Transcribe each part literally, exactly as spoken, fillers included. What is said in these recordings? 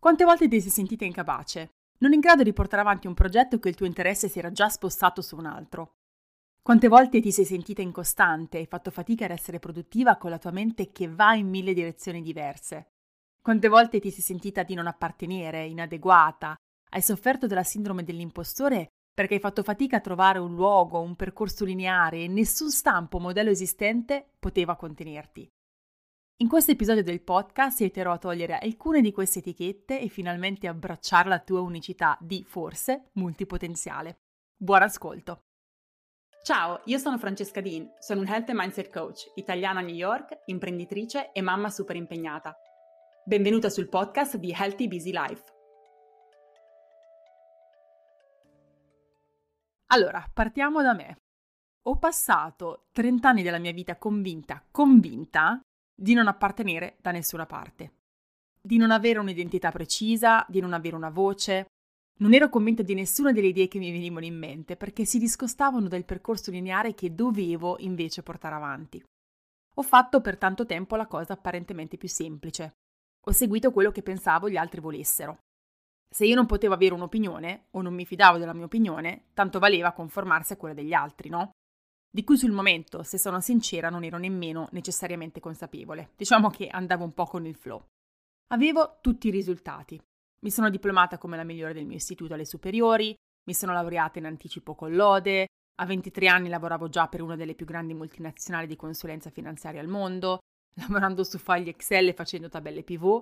Quante volte ti sei sentita incapace, non in grado di portare avanti un progetto che il tuo interesse si era già spostato su un altro? Quante volte ti sei sentita incostante e hai fatto fatica ad essere produttiva con la tua mente che va in mille direzioni diverse? Quante volte ti sei sentita di non appartenere, inadeguata? Hai sofferto della sindrome dell'impostore perché hai fatto fatica a trovare un luogo, un percorso lineare e nessun stampo o modello esistente poteva contenerti. In questo episodio del podcast aiuterò a togliere alcune di queste etichette e finalmente abbracciare la tua unicità di, forse, multipotenziale. Buon ascolto! Ciao, io sono Francesca Dean, sono un Health and Mindset Coach, italiana a New York, imprenditrice e mamma super impegnata. Benvenuta sul podcast di Healthy Busy Life. Allora, partiamo da me. Ho passato trenta anni della mia vita convinta, convinta, di non appartenere da nessuna parte, di non avere un'identità precisa, di non avere una voce. Non ero convinta di nessuna delle idee che mi venivano in mente perché si discostavano dal percorso lineare che dovevo invece portare avanti. Ho fatto per tanto tempo la cosa apparentemente più semplice. Ho seguito quello che pensavo gli altri volessero. Se io non potevo avere un'opinione o non mi fidavo della mia opinione, tanto valeva conformarsi a quella degli altri, no? Di cui sul momento, se sono sincera, non ero nemmeno necessariamente consapevole. Diciamo che andavo un po' con il flow. Avevo tutti i risultati. Mi sono diplomata come la migliore del mio istituto alle superiori, mi sono laureata in anticipo con lode, a ventitré anni lavoravo già per una delle più grandi multinazionali di consulenza finanziaria al mondo, lavorando su fogli Excel e facendo tabelle pivot,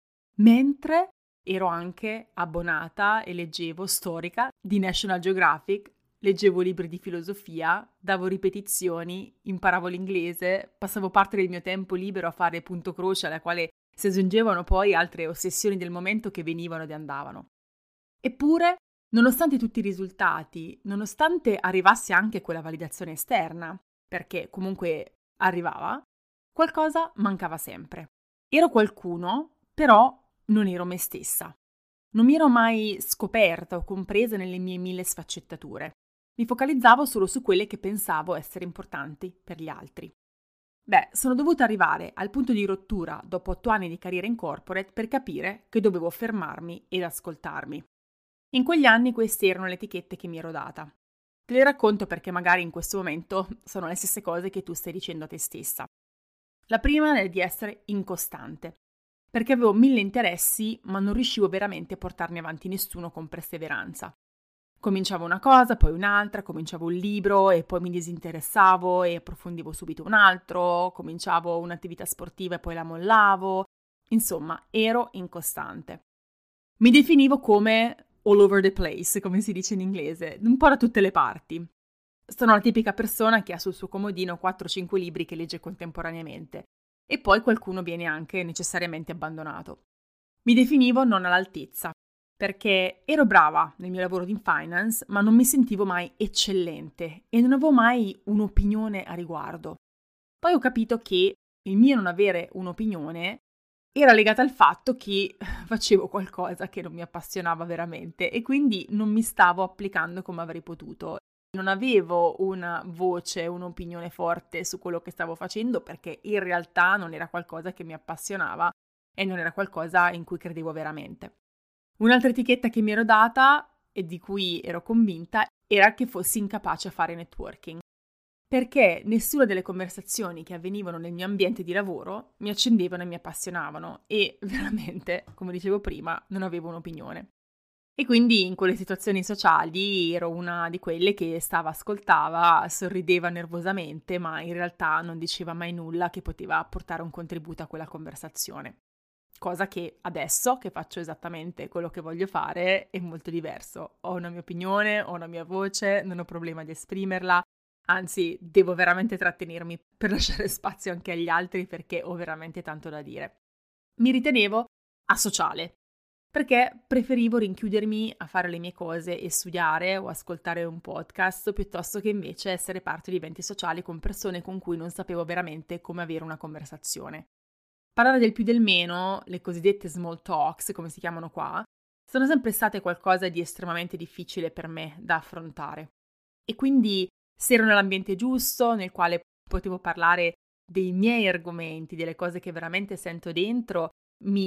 mentre ero anche abbonata e leggevo storica di National Geographic. Leggevo libri di filosofia, davo ripetizioni, imparavo l'inglese, passavo parte del mio tempo libero a fare punto croce alla quale si aggiungevano poi altre ossessioni del momento che venivano ed andavano. Eppure, nonostante tutti i risultati, nonostante arrivasse anche quella validazione esterna, perché comunque arrivava, qualcosa mancava sempre. Ero qualcuno, però non ero me stessa. Non mi ero mai scoperta o compresa nelle mie mille sfaccettature. Mi focalizzavo solo su quelle che pensavo essere importanti per gli altri. Beh, sono dovuta arrivare al punto di rottura dopo otto anni di carriera in corporate per capire che dovevo fermarmi ed ascoltarmi. In quegli anni queste erano le etichette che mi ero data. Te le racconto perché magari in questo momento sono le stesse cose che tu stai dicendo a te stessa. La prima è di essere incostante, perché avevo mille interessi ma non riuscivo veramente a portarne avanti nessuno con perseveranza. Cominciavo una cosa, poi un'altra, cominciavo un libro e poi mi disinteressavo e approfondivo subito un altro, cominciavo un'attività sportiva e poi la mollavo. Insomma, ero incostante. Mi definivo come all over the place, come si dice in inglese, un po' da tutte le parti. Sono la tipica persona che ha sul suo comodino quattro cinque libri che legge contemporaneamente e poi qualcuno viene anche necessariamente abbandonato. Mi definivo non all'altezza, perché ero brava nel mio lavoro in finance, ma non mi sentivo mai eccellente e non avevo mai un'opinione a riguardo. Poi ho capito che il mio non avere un'opinione era legato al fatto che facevo qualcosa che non mi appassionava veramente e quindi non mi stavo applicando come avrei potuto. Non avevo una voce, un'opinione forte su quello che stavo facendo perché in realtà non era qualcosa che mi appassionava e non era qualcosa in cui credevo veramente. Un'altra etichetta che mi ero data e di cui ero convinta era che fossi incapace a fare networking, perché nessuna delle conversazioni che avvenivano nel mio ambiente di lavoro mi accendevano e mi appassionavano e veramente, come dicevo prima, non avevo un'opinione. E quindi in quelle situazioni sociali ero una di quelle che stava, ascoltava, sorrideva nervosamente, ma in realtà non diceva mai nulla che poteva portare un contributo a quella conversazione. Cosa che adesso, che faccio esattamente quello che voglio fare, è molto diverso. Ho una mia opinione, ho una mia voce, non ho problema di esprimerla, anzi devo veramente trattenermi per lasciare spazio anche agli altri perché ho veramente tanto da dire. Mi ritenevo asociale, perché preferivo rinchiudermi a fare le mie cose e studiare o ascoltare un podcast piuttosto che invece essere parte di eventi sociali con persone con cui non sapevo veramente come avere una conversazione. Parlare del più del meno, le cosiddette small talks, come si chiamano qua, sono sempre state qualcosa di estremamente difficile per me da affrontare. E quindi, se ero nell'ambiente giusto, nel quale potevo parlare dei miei argomenti, delle cose che veramente sento dentro, mi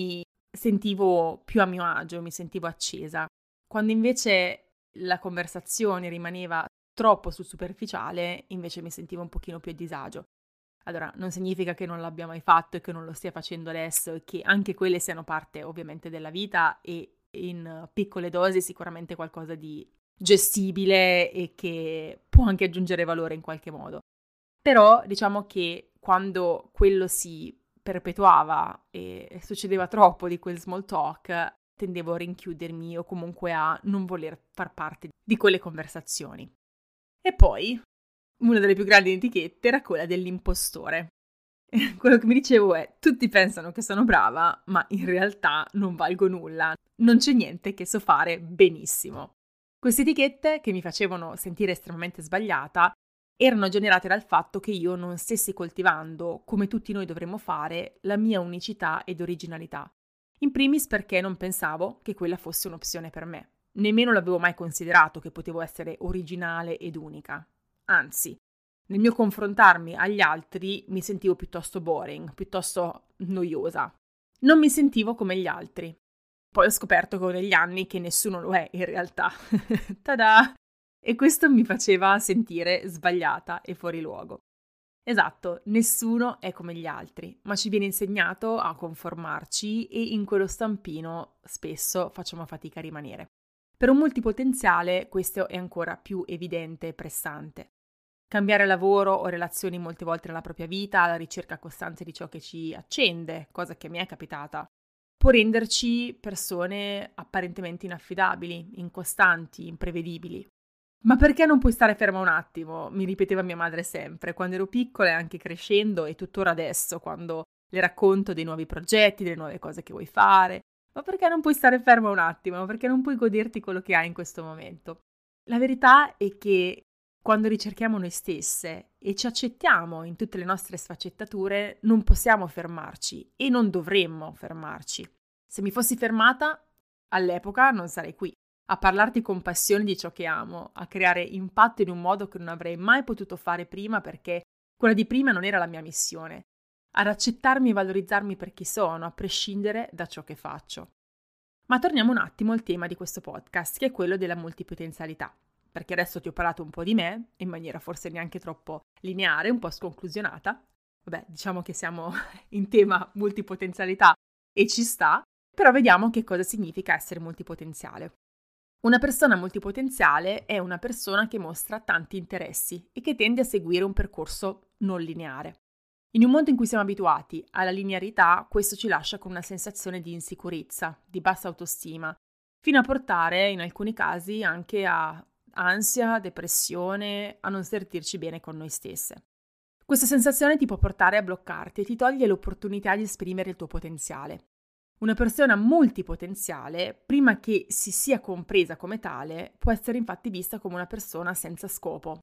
sentivo più a mio agio, mi sentivo accesa. Quando invece la conversazione rimaneva troppo sul superficiale, invece mi sentivo un pochino più a disagio. Allora, non significa che non l'abbia mai fatto e che non lo stia facendo adesso e che anche quelle siano parte ovviamente della vita e in piccole dosi sicuramente qualcosa di gestibile e che può anche aggiungere valore in qualche modo. Però diciamo che quando quello si perpetuava e succedeva troppo di quel small talk, tendevo a rinchiudermi o comunque a non voler far parte di quelle conversazioni. E poi una delle più grandi etichette era quella dell'impostore. Quello che mi dicevo è: tutti pensano che sono brava, ma in realtà non valgo nulla, non c'è niente che so fare benissimo. Queste etichette, che mi facevano sentire estremamente sbagliata, erano generate dal fatto che io non stessi coltivando, come tutti noi dovremmo fare, la mia unicità ed originalità. In primis perché non pensavo che quella fosse un'opzione per me. Nemmeno l'avevo mai considerato che potevo essere originale ed unica. Anzi, nel mio confrontarmi agli altri mi sentivo piuttosto boring, piuttosto noiosa. Non mi sentivo come gli altri. Poi ho scoperto con negli anni che nessuno lo è in realtà. Tada! E questo mi faceva sentire sbagliata e fuori luogo. Esatto, nessuno è come gli altri, ma ci viene insegnato a conformarci e in quello stampino spesso facciamo fatica a rimanere. Per un multipotenziale questo è ancora più evidente e pressante. Cambiare lavoro o relazioni molte volte nella propria vita alla ricerca costante di ciò che ci accende, cosa che mi è capitata, può renderci persone apparentemente inaffidabili, incostanti, imprevedibili. Ma perché non puoi stare ferma un attimo? Mi ripeteva mia madre sempre, quando ero piccola e anche crescendo e tuttora adesso, quando le racconto dei nuovi progetti, delle nuove cose che vuoi fare. Ma perché non puoi stare ferma un attimo? Perché non puoi goderti quello che hai in questo momento? La verità è che quando ricerchiamo noi stesse e ci accettiamo in tutte le nostre sfaccettature, non possiamo fermarci e non dovremmo fermarci. Se mi fossi fermata, all'epoca non sarei qui, a parlarti con passione di ciò che amo, a creare impatto in un modo che non avrei mai potuto fare prima perché quella di prima non era la mia missione, ad accettarmi e valorizzarmi per chi sono, a prescindere da ciò che faccio. Ma torniamo un attimo al tema di questo podcast, che è quello della multipotenzialità. Perché adesso ti ho parlato un po' di me, in maniera forse neanche troppo lineare, un po' sconclusionata. Vabbè, diciamo che siamo in tema multipotenzialità e ci sta, però vediamo che cosa significa essere multipotenziale. Una persona multipotenziale è una persona che mostra tanti interessi e che tende a seguire un percorso non lineare. In un mondo in cui siamo abituati alla linearità, questo ci lascia con una sensazione di insicurezza, di bassa autostima, fino a portare in alcuni casi anche a ansia, depressione, a non sentirci bene con noi stesse. Questa sensazione ti può portare a bloccarti e ti toglie l'opportunità di esprimere il tuo potenziale. Una persona multipotenziale, prima che si sia compresa come tale, può essere infatti vista come una persona senza scopo,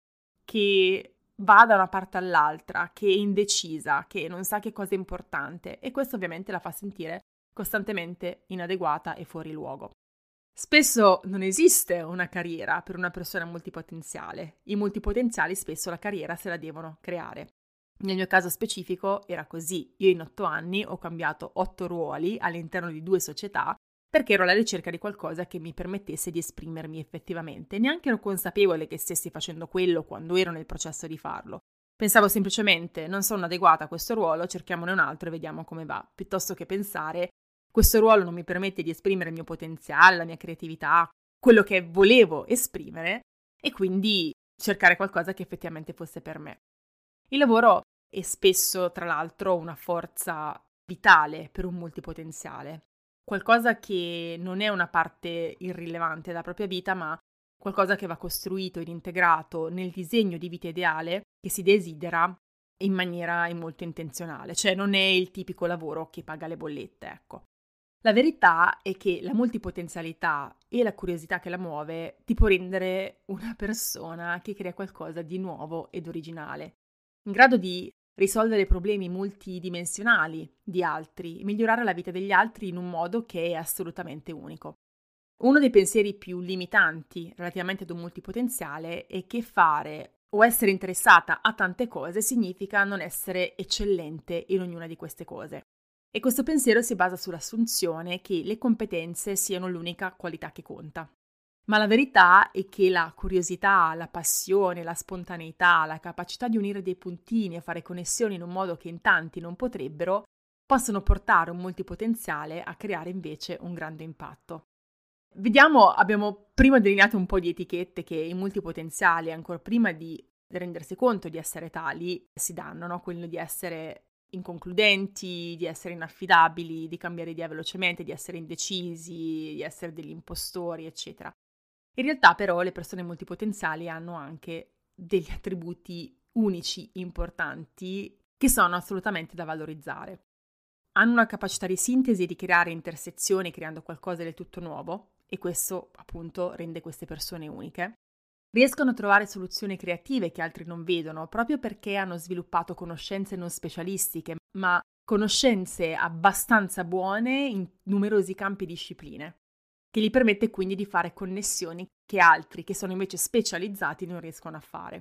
che va da una parte all'altra, che è indecisa, che non sa che cosa è importante e questo ovviamente la fa sentire costantemente inadeguata e fuori luogo. Spesso non esiste una carriera per una persona multipotenziale. I multipotenziali spesso la carriera se la devono creare. Nel mio caso specifico era così. Io in otto anni ho cambiato otto ruoli all'interno di due società perché ero alla ricerca di qualcosa che mi permettesse di esprimermi effettivamente. Neanche ero consapevole che stessi facendo quello quando ero nel processo di farlo. Pensavo semplicemente: non sono adeguata a questo ruolo, cerchiamone un altro e vediamo come va, piuttosto che pensare: questo ruolo non mi permette di esprimere il mio potenziale, la mia creatività, quello che volevo esprimere, e quindi cercare qualcosa che effettivamente fosse per me. Il lavoro è spesso, tra l'altro, una forza vitale per un multipotenziale, qualcosa che non è una parte irrilevante della propria vita, ma qualcosa che va costruito ed integrato nel disegno di vita ideale che si desidera in maniera molto intenzionale, cioè non è il tipico lavoro che paga le bollette, ecco. La verità è che la multipotenzialità e la curiosità che la muove ti può rendere una persona che crea qualcosa di nuovo ed originale, in grado di risolvere problemi multidimensionali di altri, migliorare la vita degli altri in un modo che è assolutamente unico. Uno dei pensieri più limitanti relativamente ad un multipotenziale è che fare o essere interessata a tante cose significa non essere eccellente in ognuna di queste cose. E questo pensiero si basa sull'assunzione che le competenze siano l'unica qualità che conta. Ma la verità è che la curiosità, la passione, la spontaneità, la capacità di unire dei puntini e fare connessioni in un modo che in tanti non potrebbero, possono portare un multipotenziale a creare invece un grande impatto. Vediamo, abbiamo prima delineato un po' di etichette che i multipotenziali, ancora prima di rendersi conto di essere tali, si danno, no? Quello di essere inconcludenti, di essere inaffidabili, di cambiare idea velocemente, di essere indecisi, di essere degli impostori, eccetera. In realtà però le persone multipotenziali hanno anche degli attributi unici, importanti, che sono assolutamente da valorizzare. Hanno una capacità di sintesi e di creare intersezioni creando qualcosa di tutto nuovo, e questo appunto rende queste persone uniche. Riescono a trovare soluzioni creative che altri non vedono, proprio perché hanno sviluppato conoscenze non specialistiche, ma conoscenze abbastanza buone in numerosi campi e discipline, che gli permette quindi di fare connessioni che altri, che sono invece specializzati, non riescono a fare.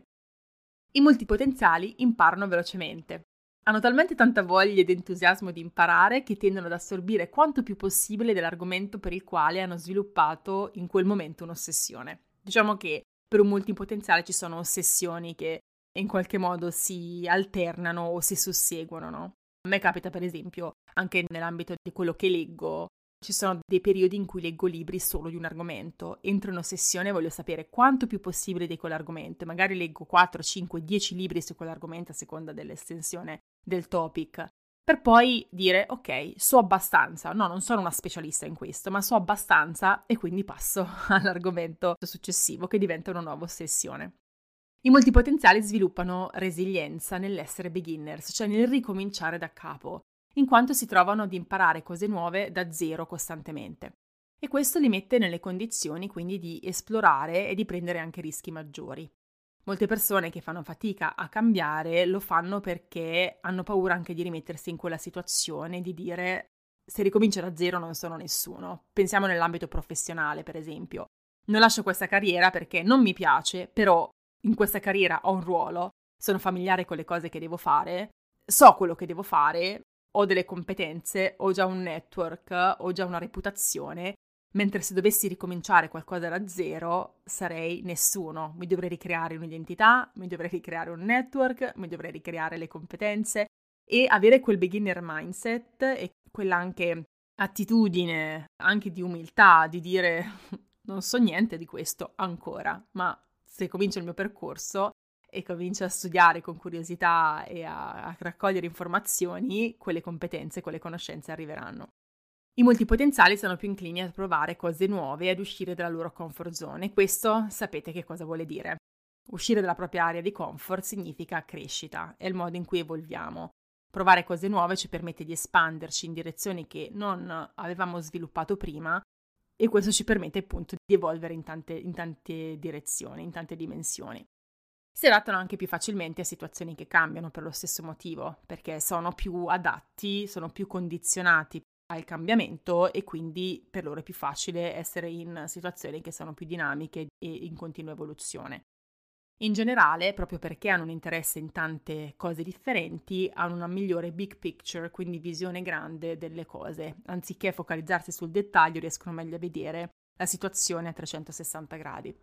I multipotenziali imparano velocemente. Hanno talmente tanta voglia ed entusiasmo di imparare che tendono ad assorbire quanto più possibile dell'argomento per il quale hanno sviluppato in quel momento un'ossessione. Diciamo che per un multipotenziale ci sono ossessioni che in qualche modo si alternano o si susseguono, no? A me capita per esempio anche nell'ambito di quello che leggo, ci sono dei periodi in cui leggo libri solo di un argomento, entro in ossessione e voglio sapere quanto più possibile di quell'argomento, e magari leggo quattro, cinque, dieci libri su quell'argomento a seconda dell'estensione del topic, per poi dire ok, so abbastanza, no, non sono una specialista in questo, ma so abbastanza e quindi passo all'argomento successivo che diventa una nuova ossessione. I multipotenziali sviluppano resilienza nell'essere beginners, cioè nel ricominciare da capo, in quanto si trovano ad imparare cose nuove da zero costantemente. E questo li mette nelle condizioni quindi di esplorare e di prendere anche rischi maggiori. Molte persone che fanno fatica a cambiare lo fanno perché hanno paura anche di rimettersi in quella situazione, di dire se ricomincio da zero non sono nessuno. Pensiamo nell'ambito professionale, per esempio. Non lascio questa carriera perché non mi piace, però in questa carriera ho un ruolo, sono familiare con le cose che devo fare, so quello che devo fare, ho delle competenze, ho già un network, ho già una reputazione, mentre se dovessi ricominciare qualcosa da zero sarei nessuno. Mi dovrei ricreare un'identità, mi dovrei ricreare un network, mi dovrei ricreare le competenze e avere quel beginner mindset e quella anche attitudine, anche di umiltà, di dire non so niente di questo ancora, ma se comincio il mio percorso e comincio a studiare con curiosità e a, a raccogliere informazioni, quelle competenze, quelle conoscenze arriveranno. I multipotenziali sono più inclini a provare cose nuove e ad uscire dalla loro comfort zone. Questo sapete che cosa vuole dire. Uscire dalla propria area di comfort significa crescita, è il modo in cui evolviamo. Provare cose nuove ci permette di espanderci in direzioni che non avevamo sviluppato prima e questo ci permette appunto di evolvere in tante, in tante direzioni, in tante dimensioni. Si adattano anche più facilmente a situazioni che cambiano per lo stesso motivo, perché sono più adatti, sono più condizionati al cambiamento e quindi per loro è più facile essere in situazioni che sono più dinamiche e in continua evoluzione. In generale, proprio perché hanno un interesse in tante cose differenti, hanno una migliore big picture, quindi visione grande delle cose. Anziché focalizzarsi sul dettaglio, riescono meglio a vedere la situazione a trecentosessanta gradi.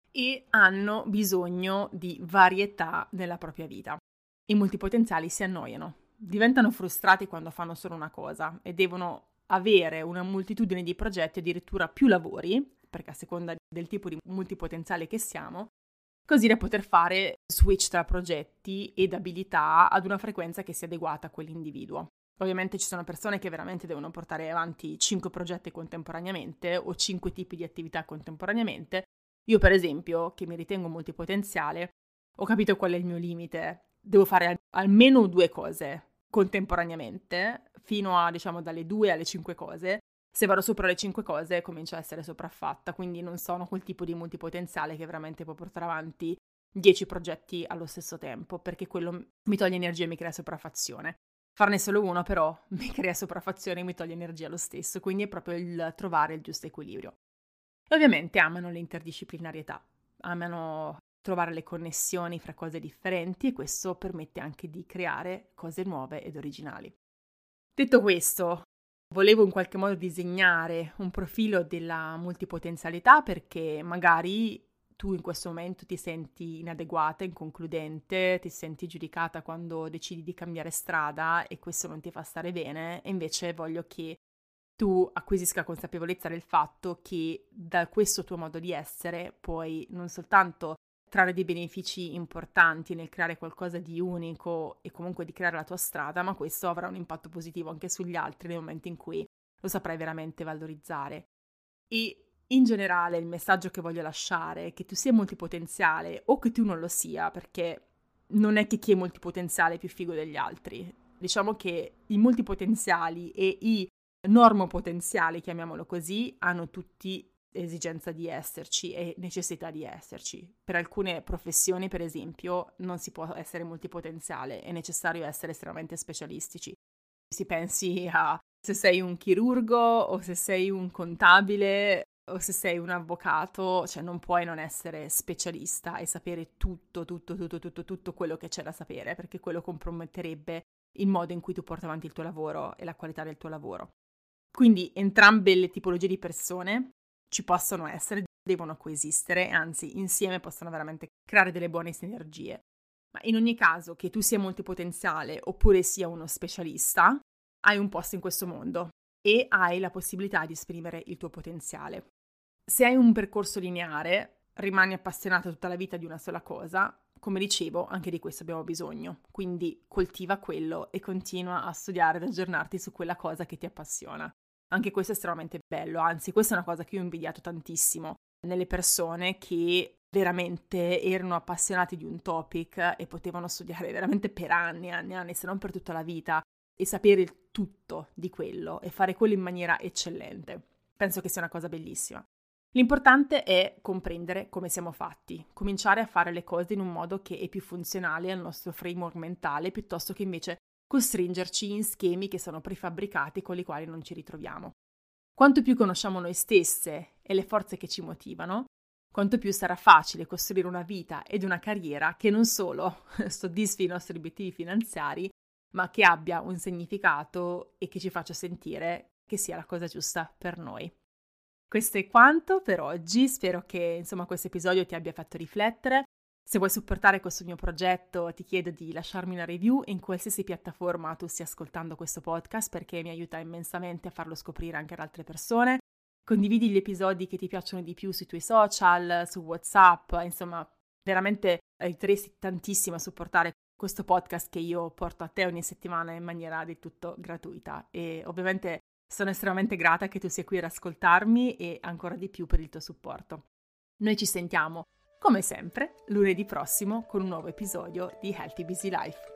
E hanno bisogno di varietà nella propria vita. I multipotenziali si annoiano, diventano frustrati quando fanno solo una cosa e devono avere una moltitudine di progetti, addirittura più lavori, perché a seconda del tipo di multipotenziale che siamo, così da poter fare switch tra progetti ed abilità ad una frequenza che sia adeguata a quell'individuo. Ovviamente ci sono persone che veramente devono portare avanti cinque progetti contemporaneamente o cinque tipi di attività contemporaneamente. Io, per esempio, che mi ritengo multipotenziale, ho capito qual è il mio limite. Devo fare al- almeno due cose contemporaneamente, fino a, diciamo, dalle due alle cinque cose. Se vado sopra le cinque cose, comincio a essere sopraffatta, quindi non sono quel tipo di multipotenziale che veramente può portare avanti dieci progetti allo stesso tempo, perché quello mi toglie energia e mi crea sopraffazione. Farne solo uno, però, mi crea sopraffazione e mi toglie energia lo stesso, quindi è proprio il trovare il giusto equilibrio. Ovviamente amano l'interdisciplinarietà, amano trovare le connessioni fra cose differenti e questo permette anche di creare cose nuove ed originali. Detto questo, volevo in qualche modo disegnare un profilo della multipotenzialità perché magari tu in questo momento ti senti inadeguata, inconcludente, ti senti giudicata quando decidi di cambiare strada e questo non ti fa stare bene, e invece voglio che tu acquisisca consapevolezza del fatto che da questo tuo modo di essere puoi non soltanto trarre dei benefici importanti nel creare qualcosa di unico e comunque di creare la tua strada, ma questo avrà un impatto positivo anche sugli altri nel momento in cui lo saprai veramente valorizzare. E in generale il messaggio che voglio lasciare è che tu sia multipotenziale o che tu non lo sia, perché non è che chi è multipotenziale è più figo degli altri. Diciamo che i multipotenziali e i normopotenziali, chiamiamolo così, hanno tutti esigenza di esserci e necessità di esserci. Per alcune professioni, per esempio, non si può essere multipotenziale, è necessario essere estremamente specialistici. Si pensi a se sei un chirurgo o se sei un contabile o se sei un avvocato, cioè non puoi non essere specialista e sapere tutto, tutto, tutto, tutto, tutto quello che c'è da sapere, perché quello comprometterebbe il modo in cui tu porti avanti il tuo lavoro e la qualità del tuo lavoro. Quindi entrambe le tipologie di persone ci possono essere, devono coesistere, anzi insieme possono veramente creare delle buone sinergie. Ma in ogni caso, che tu sia multipotenziale oppure sia uno specialista, hai un posto in questo mondo e hai la possibilità di esprimere il tuo potenziale. Se hai un percorso lineare, rimani appassionato tutta la vita di una sola cosa, come dicevo, anche di questo abbiamo bisogno. Quindi coltiva quello e continua a studiare ed aggiornarti su quella cosa che ti appassiona. Anche questo è estremamente bello, anzi questa è una cosa che io ho invidiato tantissimo nelle persone che veramente erano appassionati di un topic e potevano studiare veramente per anni, anni, anni, se non per tutta la vita, e sapere il tutto di quello e fare quello in maniera eccellente. Penso che sia una cosa bellissima. L'importante è comprendere come siamo fatti, cominciare a fare le cose in un modo che è più funzionale al nostro framework mentale, piuttosto che invece costringerci in schemi che sono prefabbricati con i quali non ci ritroviamo. Quanto più conosciamo noi stesse e le forze che ci motivano, quanto più sarà facile costruire una vita ed una carriera che non solo soddisfi i nostri obiettivi finanziari, ma che abbia un significato e che ci faccia sentire che sia la cosa giusta per noi. Questo è quanto per oggi, spero che insomma questo episodio ti abbia fatto riflettere. Se vuoi supportare questo mio progetto ti chiedo di lasciarmi una review in qualsiasi piattaforma tu stia ascoltando questo podcast, perché mi aiuta immensamente a farlo scoprire anche ad altre persone. Condividi gli episodi che ti piacciono di più sui tuoi social, su WhatsApp, insomma veramente aiuteresti tantissimo a supportare questo podcast che io porto a te ogni settimana in maniera del tutto gratuita, e ovviamente sono estremamente grata che tu sia qui ad ascoltarmi e ancora di più per il tuo supporto. Noi ci sentiamo come sempre lunedì prossimo con un nuovo episodio di Healthy Busy Life.